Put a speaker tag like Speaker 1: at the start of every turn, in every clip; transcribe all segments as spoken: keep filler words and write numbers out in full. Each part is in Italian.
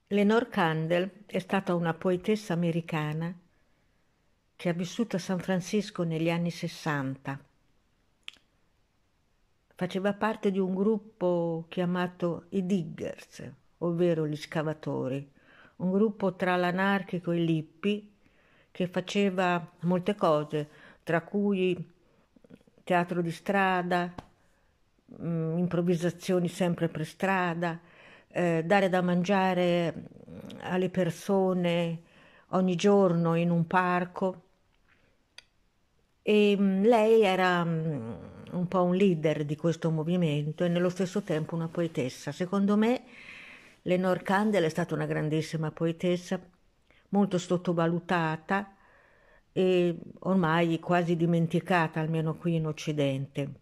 Speaker 1: Lenore Kandel è stata una poetessa americana che ha vissuto a San Francisco negli anni sessanta. Faceva parte di un gruppo chiamato i Diggers, ovvero gli scavatori, un gruppo tra l'anarchico e l'hippie che faceva molte cose, tra cui teatro di strada, mh, improvvisazioni sempre per strada, eh, dare da mangiare alle persone ogni giorno in un parco. E mh, lei era mh, un po' un leader di questo movimento e nello stesso tempo una poetessa. Secondo me Lenore Kandel è stata una grandissima poetessa, molto sottovalutata e ormai quasi dimenticata, almeno qui in Occidente.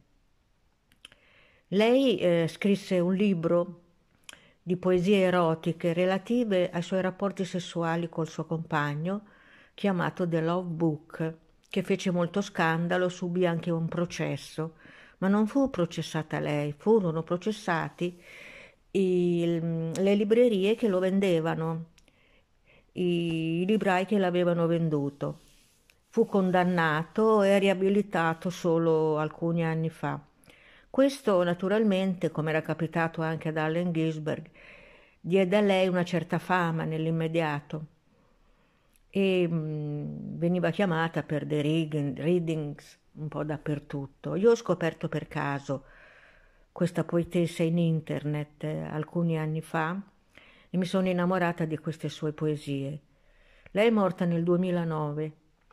Speaker 1: Lei eh, scrisse un libro di poesie erotiche relative ai suoi rapporti sessuali col suo compagno, chiamato The Love Book, che fece molto scandalo, subì anche un processo, ma non fu processata lei, furono processati i- le librerie che lo vendevano, i, i librai che l'avevano venduto. Fu condannato e riabilitato solo alcuni anni fa. Questo naturalmente, come era capitato anche ad Allen Ginsberg, diede a lei una certa fama nell'immediato e mh, veniva chiamata per dei reading- readings un po' dappertutto. Io ho scoperto per caso questa poetessa in internet eh, alcuni anni fa e mi sono innamorata di queste sue poesie. Lei è morta nel duemilanove.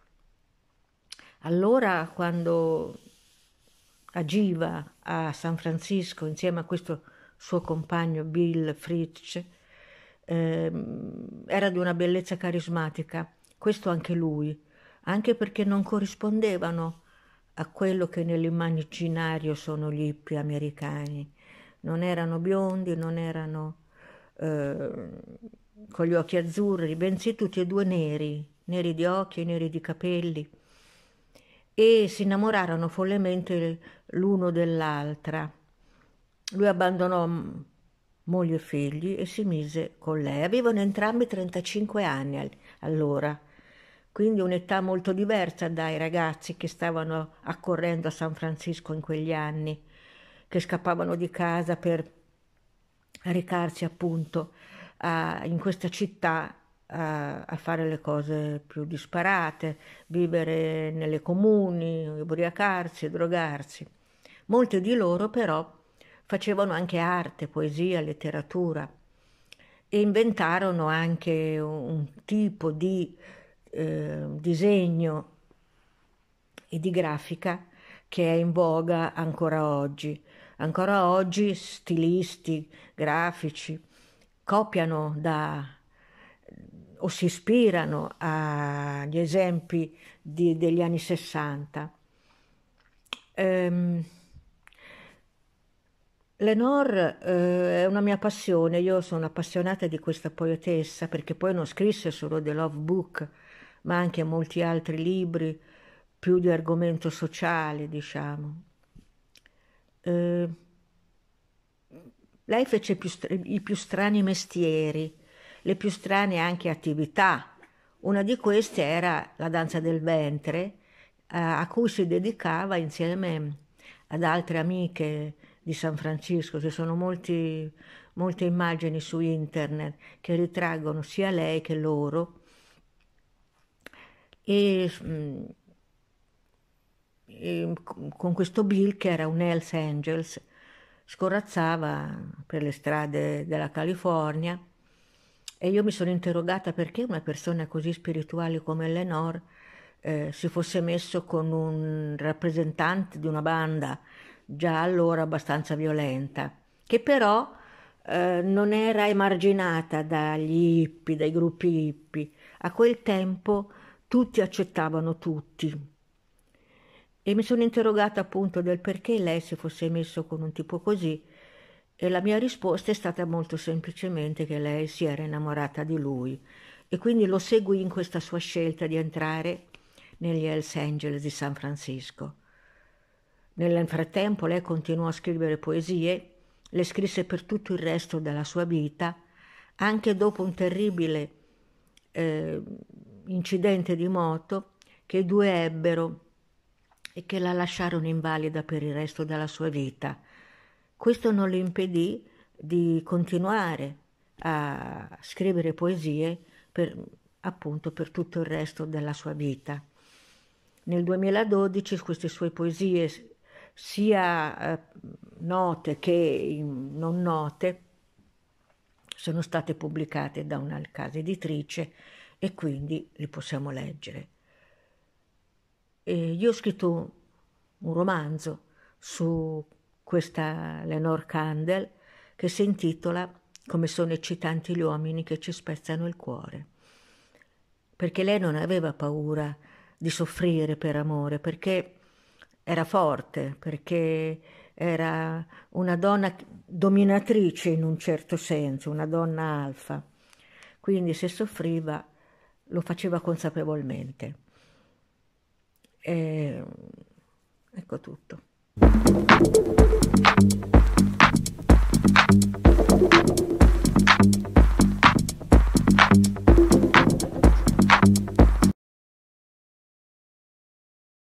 Speaker 1: Allora, quando agiva a San Francisco insieme a questo suo compagno Bill Fritsch, ehm, era di una bellezza carismatica, questo anche lui, anche perché non corrispondevano a quello che nell'immaginario sono gli hippie americani. Non erano biondi, non erano eh, con gli occhi azzurri, bensì tutti e due neri, neri di occhi e neri di capelli, e si innamorarono follemente l'uno dell'altra. Lui abbandonò mm, moglie e figli e si mise con lei. Avevano entrambi trentacinque anni al- allora, quindi un'età molto diversa dai ragazzi che stavano accorrendo a San Francisco in quegli anni, che scappavano di casa per recarsi appunto a- in questa città a, a fare le cose più disparate, vivere nelle comuni, ubriacarsi, drogarsi. Molti di loro però facevano anche arte, poesia, letteratura e inventarono anche un tipo di eh, disegno e di grafica che è in voga ancora oggi. Ancora oggi stilisti grafici copiano da o si ispirano agli esempi di- degli anni sessanta. Ehm, Lenore eh, è una mia passione, io sono appassionata di questa poetessa perché poi non scrisse solo The Love Book, ma anche molti altri libri più di argomento sociale, diciamo. Eh, Lei fece più stra- i più strani mestieri, le più strane anche attività. Una di queste era la danza del ventre, eh, a cui si dedicava insieme ad altre amiche di San Francisco. Ci sono molti- molte immagini su internet che ritraggono sia lei che loro. E, mm, e con questo Bill, che era un Hells Angels, scorazzava per le strade della California e io mi sono interrogata perché una persona così spirituale come Lenore eh, si fosse messo con un rappresentante di una banda già allora abbastanza violenta, che però eh, non era emarginata dagli hippie, dai gruppi hippie. A quel tempo tutti accettavano tutti. E mi sono interrogata appunto del perché lei si fosse messo con un tipo così e la mia risposta è stata molto semplicemente che lei si era innamorata di lui e quindi lo seguì in questa sua scelta di entrare negli Hells Angels di San Francisco. Nel frattempo lei continuò a scrivere poesie, le scrisse per tutto il resto della sua vita, anche dopo un terribile eh, incidente di moto che i due ebbero e che la lasciarono invalida per il resto della sua vita. Questo non le impedì di continuare a scrivere poesie per, appunto, per tutto il resto della sua vita. Nel duemiladodici queste sue poesie, sia eh, note che non note, sono state pubblicate da una casa editrice e quindi li possiamo leggere. E io ho scritto un romanzo su questa Lenore Kandel che si intitola Come sono eccitanti gli uomini che ci spezzano il cuore, perché lei non aveva paura di soffrire per amore, perché era forte, perché era una donna dominatrice in un certo senso, una donna alfa. Quindi se soffriva lo faceva consapevolmente. E ecco tutto.